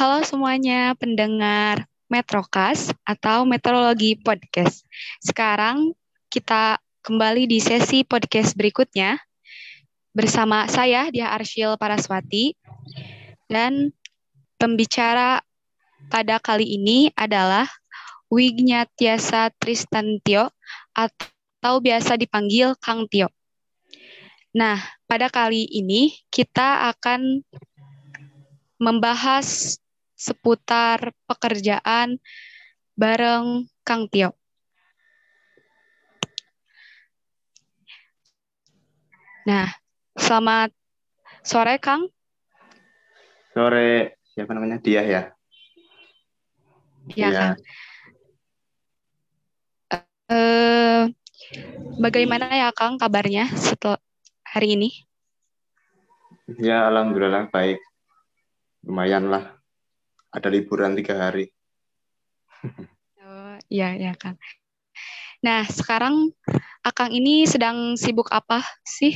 Halo semuanya pendengar Metrocast atau Meteorologi Podcast. Sekarang kita kembali di sesi podcast berikutnya bersama saya Dia Arsyil Paraswati dan pembicara pada kali ini adalah Wignatiasa Tristantio atau biasa dipanggil Kang Tio. Nah, pada kali ini kita akan membahas seputar pekerjaan bareng Kang Tio. Nah, selamat sore Kang. Sore, siapa namanya? Dia ya? Ya Iya. Kang. Eh, Bagaimana ya Kang kabarnya setelah hari ini? Ya, alhamdulillah baik. Lumayan lah. Ada liburan 3 hari. Oh, iya ya Kang. Nah, sekarang Akang ini sedang sibuk apa sih?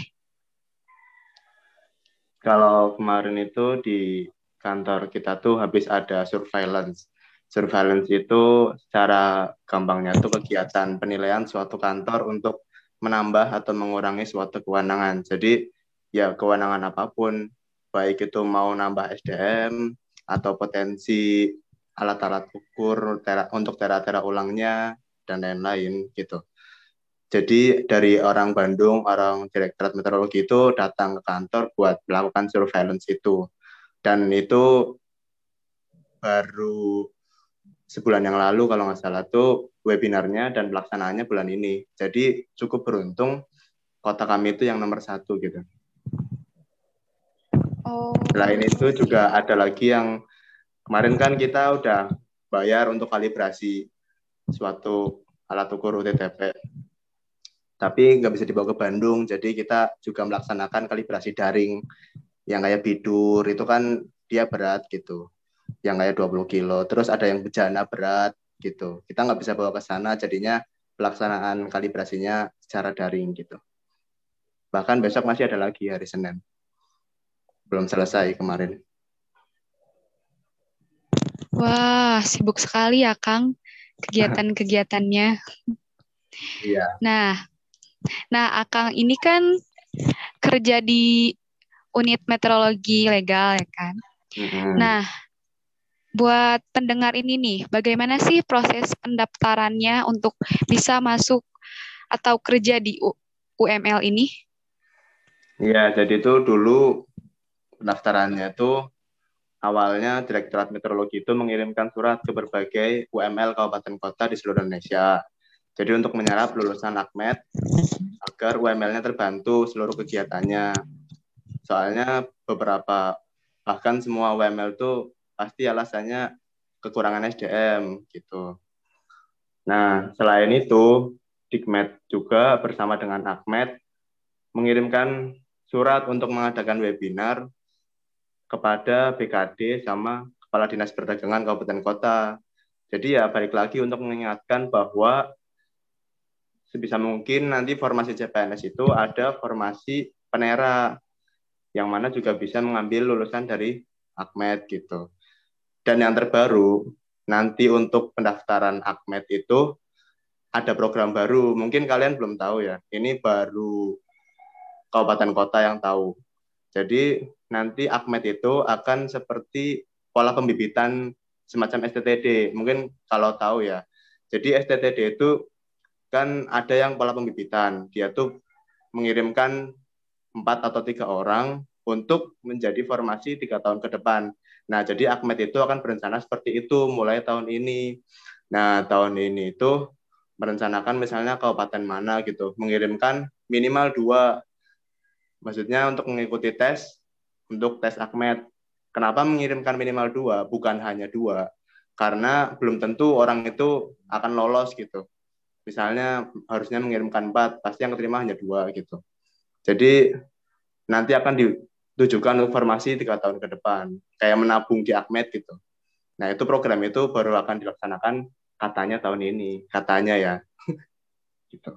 Kalau kemarin itu di kantor kita tuh habis ada surveillance. Surveillance itu secara gampangnya tuh kegiatan penilaian suatu kantor untuk menambah atau mengurangi suatu kewenangan. Jadi ya kewenangan apapun, baik itu mau nambah SDM atau potensi alat-alat ukur untuk tera-tera ulangnya dan lain-lain gitu. Jadi dari orang Bandung, orang Direktorat Meteorologi itu datang ke kantor buat melakukan surveillance itu. Dan itu baru sebulan yang lalu kalau nggak salah tuh webinarnya dan pelaksanaannya bulan ini. Jadi cukup beruntung kota kami itu yang nomor 1 gitu. Oh, Selain itu juga ada lagi yang kemarin kan kita udah bayar untuk kalibrasi suatu alat ukur UTTP. Tapi nggak bisa dibawa ke Bandung, jadi kita juga melaksanakan kalibrasi daring yang kayak bidur, itu kan dia berat gitu, yang kayak 20 kilo, terus ada yang bejana berat gitu, kita nggak bisa bawa ke sana, jadinya pelaksanaan kalibrasinya secara daring gitu. Bahkan besok masih ada lagi hari Senin, belum selesai kemarin. wah, sibuk sekali ya Kang kegiatan-kegiatannya. Iya. Nah, Akang ini kan kerja di unit meteorologi legal ya kan. Mm-hmm. Nah, buat pendengar ini nih, bagaimana sih proses pendaftarannya untuk bisa masuk atau kerja di UML ini? Iya, jadi itu dulu pendaftarannya tuh awalnya Direktorat Meteorologi itu mengirimkan surat ke berbagai UML kabupaten kota di seluruh Indonesia. Jadi untuk menyerap lulusan AKMED agar UML-nya terbantu seluruh kegiatannya. Soalnya beberapa, bahkan semua UML itu pasti alasannya kekurangan SDM gitu. Nah, selain itu, Dikmed juga bersama dengan AKMED mengirimkan surat untuk mengadakan webinar kepada BKD sama Kepala Dinas Perdagangan Kabupaten Kota. Jadi ya balik lagi untuk mengingatkan bahwa sebisa mungkin nanti formasi CPNS itu ada formasi penera yang mana juga bisa mengambil lulusan dari AKMED gitu. Dan yang terbaru, nanti untuk pendaftaran AKMED itu ada program baru. Mungkin kalian belum tahu ya. Ini baru kabupaten kota yang tahu. Jadi nanti AKMED itu akan seperti pola pembibitan semacam STTD. Mungkin kalau tahu ya. Jadi STTD itu kan ada yang pola pembibitan. Dia tuh mengirimkan 4 atau 3 orang untuk menjadi formasi 3 tahun ke depan. Nah, jadi AKMED itu akan berencana seperti itu mulai tahun ini. Nah, tahun ini itu merencanakan misalnya kabupaten mana gitu, mengirimkan minimal 2, maksudnya untuk mengikuti tes, untuk tes AKMED. Kenapa mengirimkan minimal 2, bukan hanya 2? Karena belum tentu orang itu akan lolos gitu. Misalnya harusnya mengirimkan 4, pasti yang keterima hanya 2 gitu. Jadi nanti akan ditujukan untuk formasi 3 tahun ke depan, kayak menabung di AKMED gitu. Nah itu program itu baru akan dilaksanakan katanya tahun ini, katanya ya. Gitu.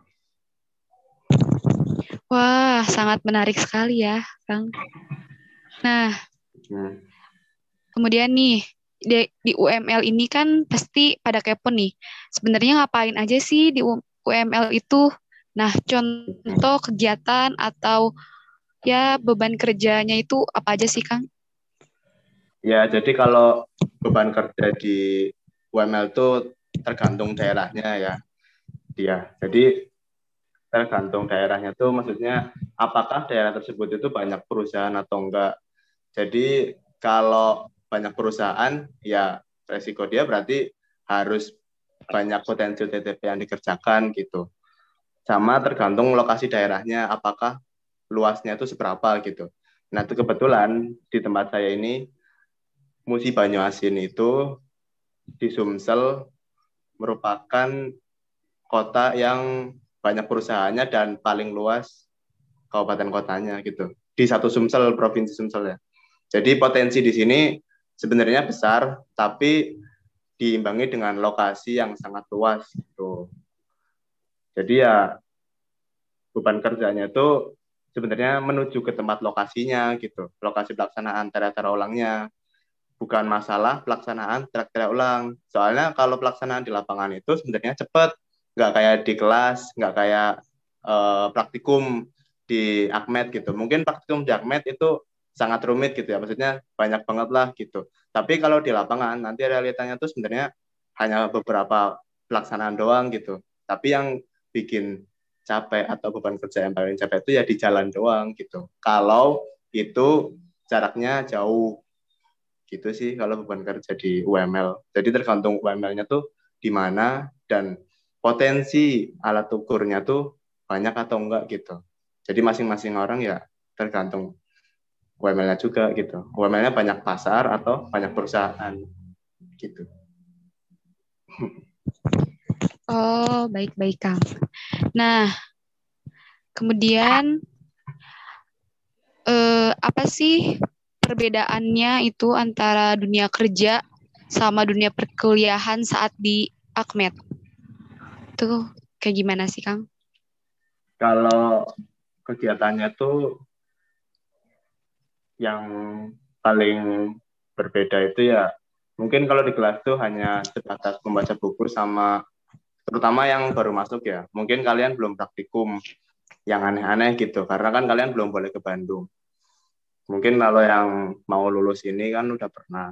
Wah, sangat menarik sekali ya, Kang. Nah, Hmm. kemudian nih, di UML ini kan pasti pada kepo nih. Sebenarnya ngapain aja sih di UML itu? Nah, contoh kegiatan atau ya beban kerjanya itu apa aja sih, Kang? Ya, jadi kalau beban kerja di UML itu tergantung daerahnya ya, dia. Jadi tergantung daerahnya tuh maksudnya apakah daerah tersebut itu banyak perusahaan atau enggak. Jadi kalau banyak perusahaan ya resiko dia berarti harus banyak potensi TTP yang dikerjakan gitu. Sama tergantung lokasi daerahnya apakah luasnya itu seberapa gitu. Nah, itu kebetulan di tempat saya ini Musi Banyuasin itu di Sumsel merupakan kota yang banyak perusahaannya dan paling luas kabupaten kotanya gitu. Di satu Sumsel, provinsi Sumsel ya. Jadi potensi di sini sebenarnya besar, tapi diimbangi dengan lokasi yang sangat luas gitu. Jadi ya beban kerjanya itu sebenarnya menuju ke tempat lokasinya gitu, lokasi pelaksanaan tera-tera ulangnya. Bukan masalah pelaksanaan tera-tera ulang. Soalnya kalau pelaksanaan di lapangan itu sebenarnya cepat, nggak kayak di kelas, nggak kayak praktikum di Akmed gitu. Mungkin praktikum di Akmed itu sangat rumit gitu ya, maksudnya banyak banget lah gitu. Tapi kalau di lapangan nanti realitanya tuh sebenarnya hanya beberapa pelaksanaan doang gitu. Tapi yang bikin capek atau beban kerja yang paling capek itu ya di jalan doang gitu. Kalau itu jaraknya jauh gitu sih kalau beban kerja di UML. Jadi tergantung UML-nya tuh di mana dan potensi alat ukurnya tuh banyak atau enggak gitu. Jadi masing-masing orang ya tergantung UML-nya juga gitu. UML-nya banyak pasar atau banyak perusahaan gitu. Oh, baik-baik, Kang. Nah, kemudian apa sih perbedaannya itu antara dunia kerja sama dunia perkuliahan saat di Akmed? Tuh kayak gimana sih, Kang? Kalau kegiatannya tuh yang paling berbeda itu ya mungkin kalau di kelas tuh hanya sebatas membaca buku sama terutama yang baru masuk ya. Mungkin kalian belum praktikum yang aneh-aneh gitu karena kan kalian belum boleh ke Bandung. Mungkin kalau yang mau lulus ini kan udah pernah.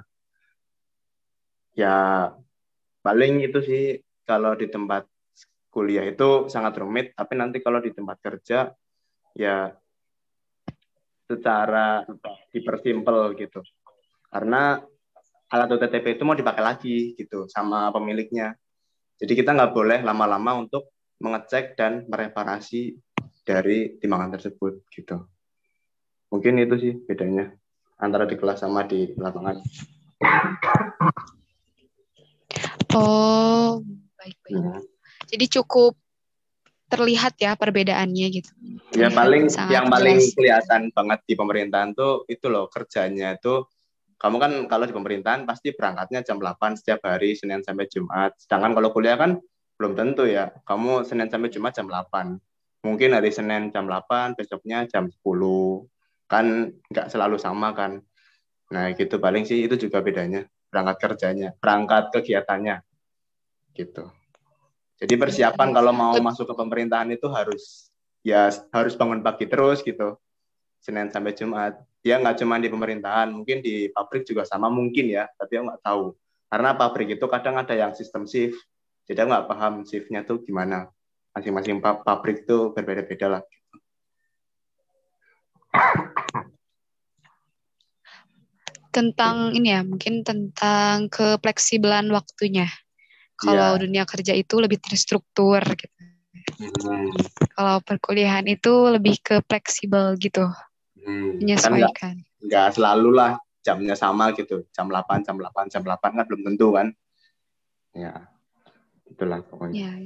Ya paling itu sih kalau di tempat kuliah itu sangat rumit, tapi nanti kalau di tempat kerja ya secara dipersimpel gitu. Karena alat OTTP itu mau dipakai lagi gitu sama pemiliknya. Jadi kita nggak boleh lama-lama untuk mengecek dan mereparasi dari timbangan tersebut gitu. Mungkin itu sih bedanya antara di kelas sama di lapangan. Oh, baik-baik. Hmm. Jadi cukup terlihat ya perbedaannya gitu. Ya Terlihat paling sangat yang paling jelas. kelihatan banget di pemerintahan tuh itu loh kerjanya itu kamu kan kalau di pemerintahan pasti berangkatnya jam 8 setiap hari Senin sampai Jumat. Sedangkan kalau kuliah kan belum tentu ya. Kamu Senin sampai Jumat jam 8. Mungkin hari Senin jam 8, besoknya jam 10. Kan nggak selalu sama kan. Nah, gitu paling sih itu juga bedanya. Berangkat kerjanya, berangkat kegiatannya gitu. Jadi persiapan kalau mau masuk ke pemerintahan itu harus bangun pagi terus gitu. Senin sampai Jumat. Dia nggak cuma di pemerintahan, mungkin di pabrik juga sama mungkin ya, tapi aku nggak tahu. Karena pabrik itu kadang ada yang sistem shift, jadi aku nggak paham shiftnya tuh gimana. Masing-masing pabrik tuh berbeda-beda lah. Tentang ini ya, mungkin tentang kefleksibelan waktunya. Kalau Iya. dunia kerja itu lebih terstruktur gitu. Hmm. Kalau perkuliahan itu lebih ke fleksibel gitu, Kan menyesuaikan. nggak selalu lah jamnya sama gitu. Jam 8, jam 8, jam 8 kan belum tentu kan. Ya, itulah pokoknya. Ya.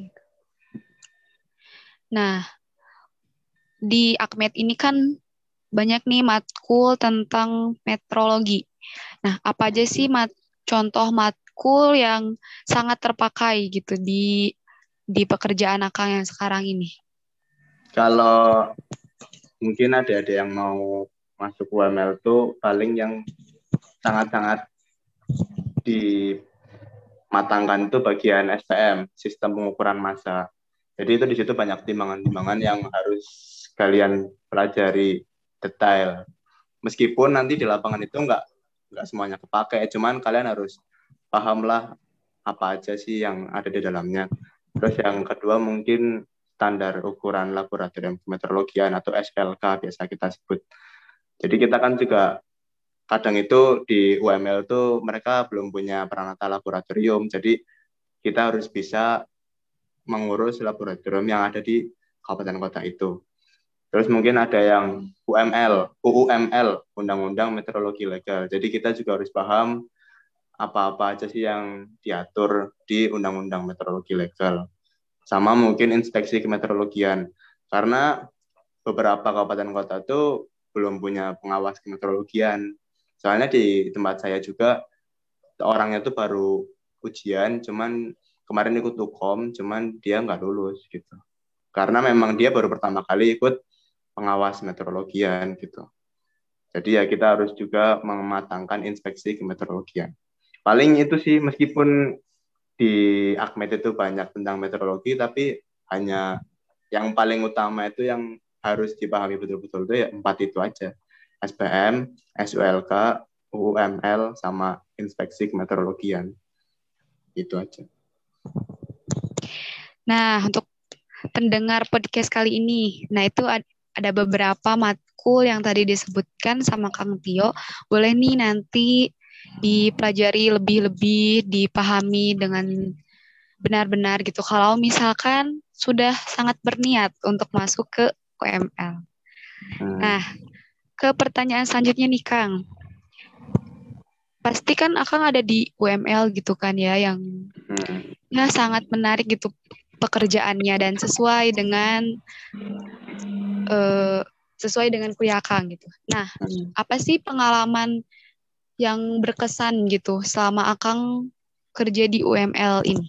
Nah, di Akmed ini kan banyak nih matkul tentang metrologi. Nah, apa aja sih contoh matkul yang sangat terpakai gitu di pekerjaan Akang yang sekarang ini? Kalau mungkin ada yang mau masuk UML tuh paling yang sangat-sangat dimatangkan itu bagian SPM, sistem pengukuran massa. Jadi itu di situ banyak timbangan-timbangan yang harus kalian pelajari detail. Meskipun nanti di lapangan itu nggak semuanya kepakai, cuman kalian harus pahamlah apa aja sih yang ada di dalamnya. Terus yang kedua mungkin standar ukuran laboratorium meteorologian atau SLK biasa kita sebut. Jadi kita kan juga kadang itu di UML tuh mereka belum punya peralatan laboratorium, jadi kita harus bisa mengurus laboratorium yang ada di kabupaten kota itu. Terus mungkin ada yang UUML, Undang-Undang Meteorologi Legal. Jadi kita juga harus paham apa-apa aja sih yang diatur di Undang-Undang Meteorologi Legal. Sama mungkin inspeksi kemeteorologian. Karena beberapa kabupaten kota itu belum punya pengawas kemeteorologian. Soalnya di tempat saya juga orangnya tuh baru ujian, cuman kemarin ikut UKOM, cuman dia nggak lulus gitu. Karena memang dia baru pertama kali ikut pengawas meteorologian gitu. Jadi ya kita harus juga mematangkan inspeksi kemeteorologian. Paling itu sih, meskipun di Akmed itu banyak tentang meteorologi, tapi hanya yang paling utama itu yang harus dipahami betul-betul itu ya 4 itu aja. SPM, SULK, UUML, sama inspeksi kemeteorologian. Itu aja. Nah, untuk pendengar podcast kali ini, nah itu ada beberapa matkul yang tadi disebutkan sama Kang Tio. Boleh nih nanti dipelajari lebih-lebih, dipahami dengan benar-benar gitu. Kalau misalkan sudah sangat berniat untuk masuk ke UML. Nah, ke pertanyaan selanjutnya nih Kang. Pasti kan Akang ada di UML gitu kan ya, yang ya sangat menarik gitu pekerjaannya dan sesuai dengan kuliah Akang gitu. Nah, apa sih pengalaman yang berkesan gitu selama Akang kerja di UML ini?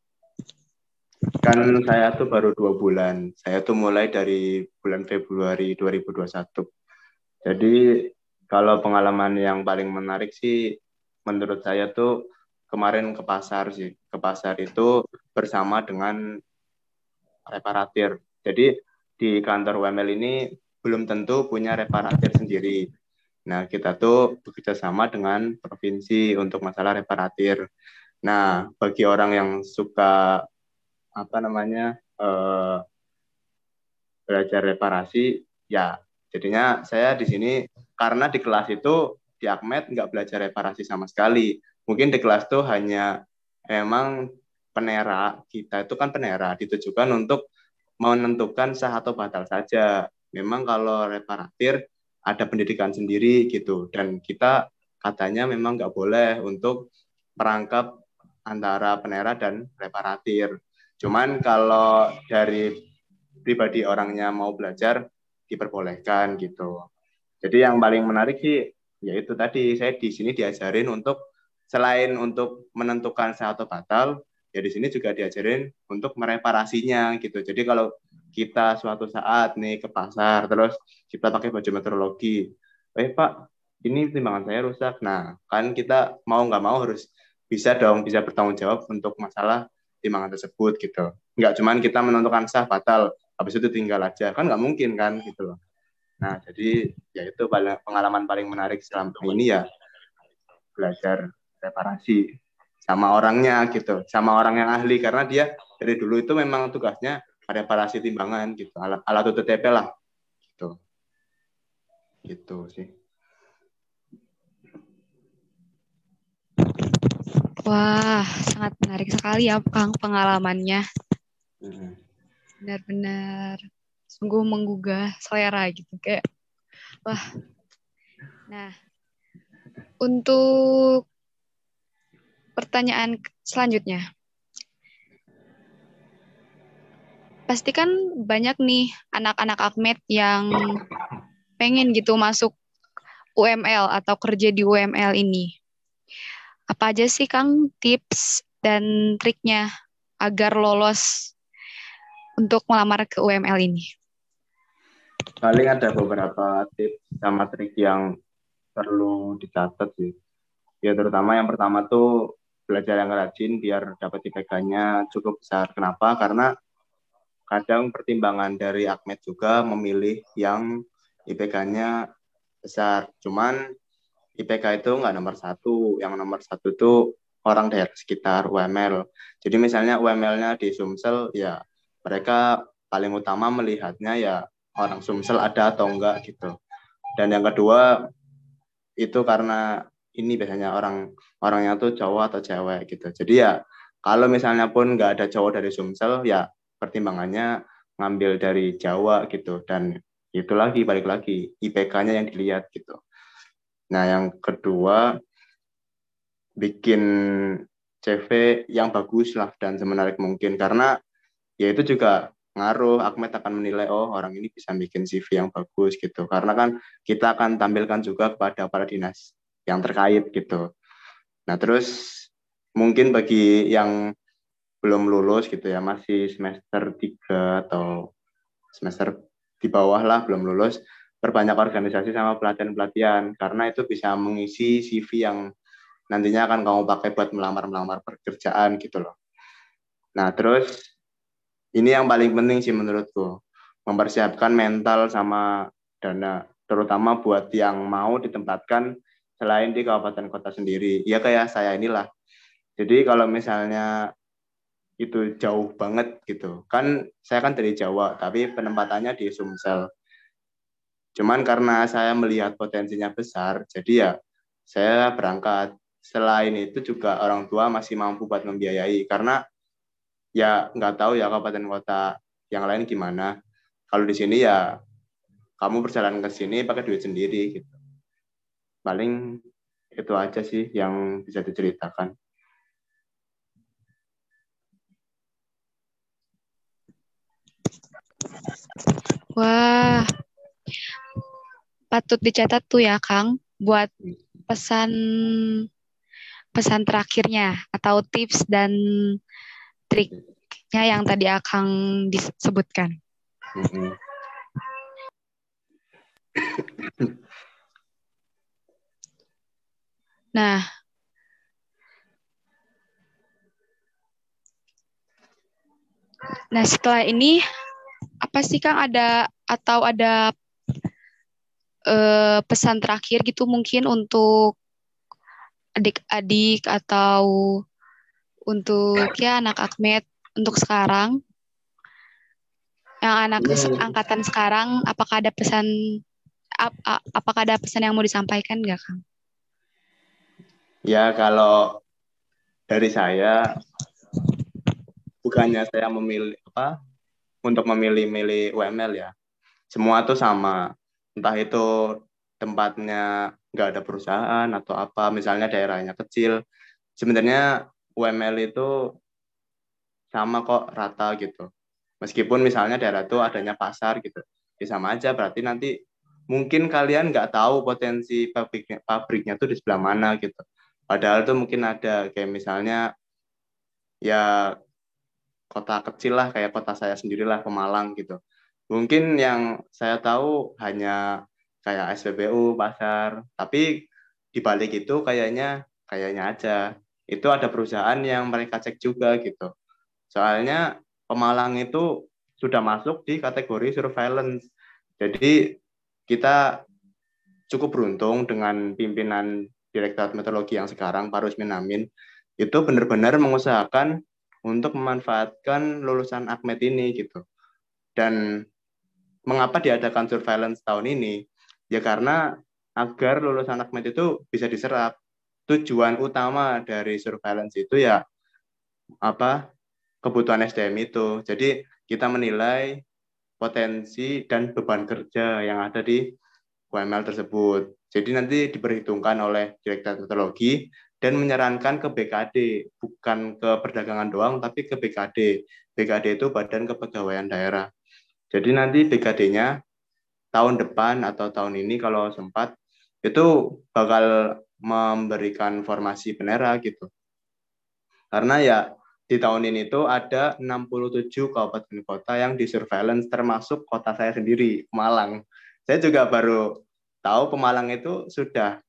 Kan saya tuh baru 2 bulan. Saya tuh mulai dari bulan Februari 2021. Jadi kalau pengalaman yang paling menarik sih menurut saya tuh kemarin ke pasar sih. Ke pasar itu bersama dengan reparatir. Jadi di kantor UML ini belum tentu punya reparatir sendiri. Nah, kita tuh bekerja sama dengan provinsi untuk masalah reparatir. Nah, bagi orang yang suka apa namanya belajar reparasi, ya jadinya saya di sini karena di kelas itu di Akmed nggak belajar reparasi sama sekali. Mungkin di kelas tuh hanya emang penera, kita itu kan penera ditujukan untuk menentukan sah atau batal saja. Memang kalau reparatir ada pendidikan sendiri gitu, dan kita katanya memang nggak boleh untuk merangkap antara penera dan reparatir. Cuman kalau dari pribadi orangnya mau belajar diperbolehkan gitu. Jadi yang paling menarik sih yaitu tadi saya di sini diajarin untuk selain untuk menentukan sah atau batal, ya di sini juga diajarin untuk mereparasinya gitu. Jadi kalau kita suatu saat nih ke pasar terus kita pakai baju meteorologi, Pak ini timbangan saya rusak. Nah kan kita mau nggak mau harus bisa bertanggung jawab untuk masalah timbangan tersebut gitu. Nggak cuman kita menentukan sah batal, habis itu tinggal aja kan nggak mungkin kan gitu loh. Nah jadi ya itu pengalaman paling menarik selama ini ya belajar reparasi sama orangnya gitu, sama orang yang ahli karena dia dari dulu itu memang tugasnya reparasi timbangan gitu, alat UTTP lah gitu, gitu sih. Wah, sangat menarik sekali ya Kang pengalamannya. Benar-benar sungguh menggugah selera gitu kayak wah. Nah, untuk pertanyaan selanjutnya. Pasti kan banyak nih anak-anak Akmed yang pengen gitu masuk UML atau kerja di UML ini. Apa aja sih Kang tips dan triknya agar lolos untuk melamar ke UML ini? Paling ada beberapa tips sama trik yang perlu dicatat sih. Ya terutama yang pertama tuh belajar yang rajin biar dapat IPK-nya cukup besar. Kenapa? Karena kadang pertimbangan dari Akmed juga memilih yang IPK-nya besar. Cuman IPK itu nggak nomor satu. Yang nomor satu tuh orang daerah sekitar UML. Jadi misalnya UML-nya di Sumsel, ya mereka paling utama melihatnya ya orang Sumsel ada atau enggak gitu. Dan yang kedua itu karena ini biasanya orangnya tuh cowok atau cewek gitu. Jadi ya kalau misalnya pun nggak ada cowok dari Sumsel, ya pertimbangannya ngambil dari Jawa gitu. Dan itu lagi balik lagi IPK-nya yang dilihat gitu. Nah yang kedua bikin CV yang bagus lah dan semenarik mungkin karena ya itu juga ngaruh. Akmed akan menilai oh orang ini bisa bikin CV yang bagus gitu karena kan kita akan tampilkan juga kepada para dinas yang terkait gitu. Nah terus mungkin bagi yang belum lulus gitu ya masih semester 3 atau semester di bawah lah belum lulus, perbanyak organisasi sama pelatihan-pelatihan karena itu bisa mengisi CV yang nantinya akan kamu pakai buat melamar-melamar pekerjaan gitu loh. Nah terus ini yang paling penting sih menurutku, mempersiapkan mental sama dana, terutama buat yang mau ditempatkan selain di kabupaten kota sendiri. Ya kayak saya inilah. Jadi kalau misalnya itu jauh banget gitu, kan saya kan dari Jawa, tapi penempatannya di Sumsel. Cuman karena saya melihat potensinya besar, jadi ya saya berangkat. Selain itu juga orang tua masih mampu buat membiayai, karena ya nggak tahu ya kabupaten kota yang lain gimana. Kalau di sini ya kamu perjalanan ke sini pakai duit sendiri gitu. Paling itu aja sih yang bisa diceritakan. Wah, patut dicatat tuh ya, Kang, buat pesan pesan terakhirnya atau tips dan triknya yang tadi Akang disebutkan. Mm-mm. Nah, setelah ini apa sih Kang ada pesan terakhir gitu mungkin untuk adik-adik atau untuk ya anak Akmed untuk sekarang yang anak Ini angkatan sekarang apakah ada pesan yang mau disampaikan nggak Kang? ya kalau dari saya bukannya saya memilih apa untuk memilih-milih UML ya. Semua tuh sama. Entah itu tempatnya nggak ada perusahaan atau apa, misalnya daerahnya kecil. Sebenarnya UML itu sama kok rata gitu. Meskipun misalnya daerah itu adanya pasar gitu, ya sama aja. Berarti nanti mungkin kalian nggak tahu potensi pabriknya tuh di sebelah mana gitu. Padahal tuh mungkin ada kayak misalnya ya kota kecil lah kayak kota saya sendirilah Pemalang gitu. Mungkin yang saya tahu hanya kayak SPBU, pasar, tapi di balik itu kayaknya aja itu ada perusahaan yang mereka cek juga gitu. Soalnya Pemalang itu sudah masuk di kategori surveillance. Jadi kita cukup beruntung dengan pimpinan Direktorat Meteorologi yang sekarang, Pak Rusmin Amin, itu benar-benar mengusahakan untuk memanfaatkan lulusan Akmed ini gitu. Dan mengapa diadakan surveillance tahun ini? Ya karena agar lulusan Akmed itu bisa diserap. Tujuan utama dari surveillance itu ya apa kebutuhan SDM itu. Jadi kita menilai potensi dan beban kerja yang ada di UML tersebut. Jadi nanti diperhitungkan oleh Direktorat Meteorologi dan menyarankan ke BKD, bukan ke perdagangan doang, tapi ke BKD. BKD itu Badan Kepegawaian Daerah. Jadi nanti BKD-nya tahun depan atau tahun ini kalau sempat, itu bakal memberikan formasi penera gitu. Karena ya di tahun ini tuh ada 67 kabupaten kota yang di surveillance termasuk kota saya sendiri, Malang. Saya juga baru tahu Pemalang itu sudah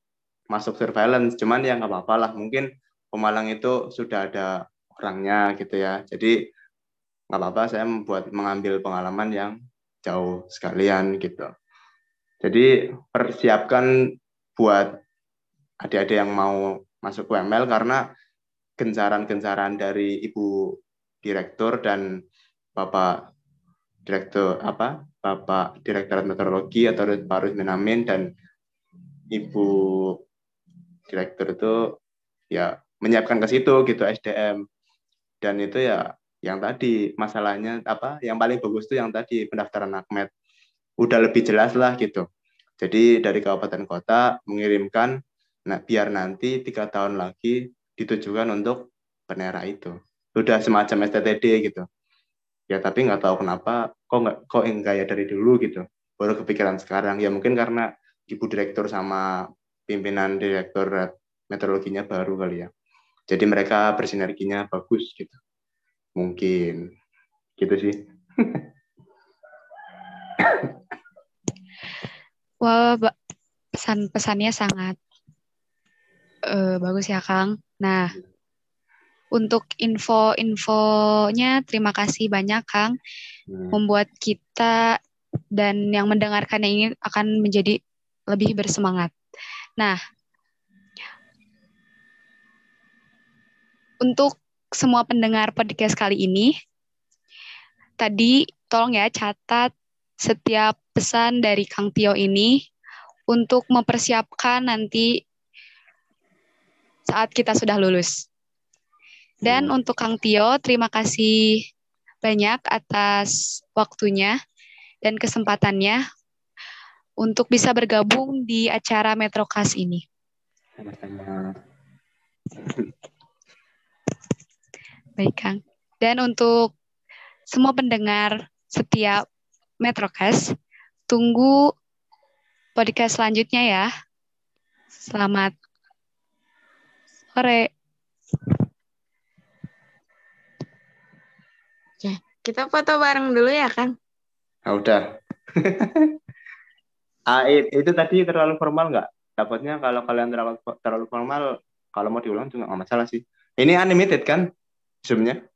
masuk surveillance, cuman ya nggak apa-apa lah, mungkin Pemalang itu sudah ada orangnya gitu ya, jadi nggak apa-apa saya mengambil pengalaman yang jauh sekalian gitu. Jadi persiapkan buat adik-adik yang mau masuk UML, karena gencaran-gencaran dari Ibu Direktur dan Bapak Direktur Bapak Direktorat Meteorologi atau Pak Rusmin Amin dan Ibu Direktur itu ya menyiapkan ke situ gitu SDM. Dan itu ya yang tadi masalahnya yang paling bagus itu yang tadi pendaftaran AKMET udah lebih jelas lah gitu. Jadi dari kabupaten kota mengirimkan, nah biar nanti 3 tahun lagi ditujukan untuk penera itu. Udah semacam STTD gitu. Ya tapi nggak tahu kenapa kok enggak ya dari dulu gitu. Baru kepikiran sekarang. Ya mungkin karena Ibu Direktur sama pimpinan Direktur Meteorologinya baru kali ya. Jadi mereka bersinerginya bagus gitu. Mungkin gitu sih. Wah, pesan-pesannya sangat bagus ya, Kang. Nah, untuk info-infonya terima kasih banyak, Kang. Membuat kita dan yang mendengarkannya ini akan menjadi lebih bersemangat. Nah, untuk semua pendengar podcast kali ini, tadi tolong ya catat setiap pesan dari Kang Tio ini untuk mempersiapkan nanti saat kita sudah lulus. Dan untuk Kang Tio, terima kasih banyak atas waktunya dan kesempatannya untuk bisa bergabung di acara Metrocast ini. Sama-sama. Baik, Kang. Dan untuk semua pendengar setiap Metrocast, tunggu podcast selanjutnya ya. Selamat sore. Ya, kita foto bareng dulu ya, Kang. Nah, udah. Itu tadi terlalu formal nggak? Dapatnya kalau kalian terlalu formal, kalau mau diulang juga nggak masalah sih. Ini unlimited kan Zoom-nya?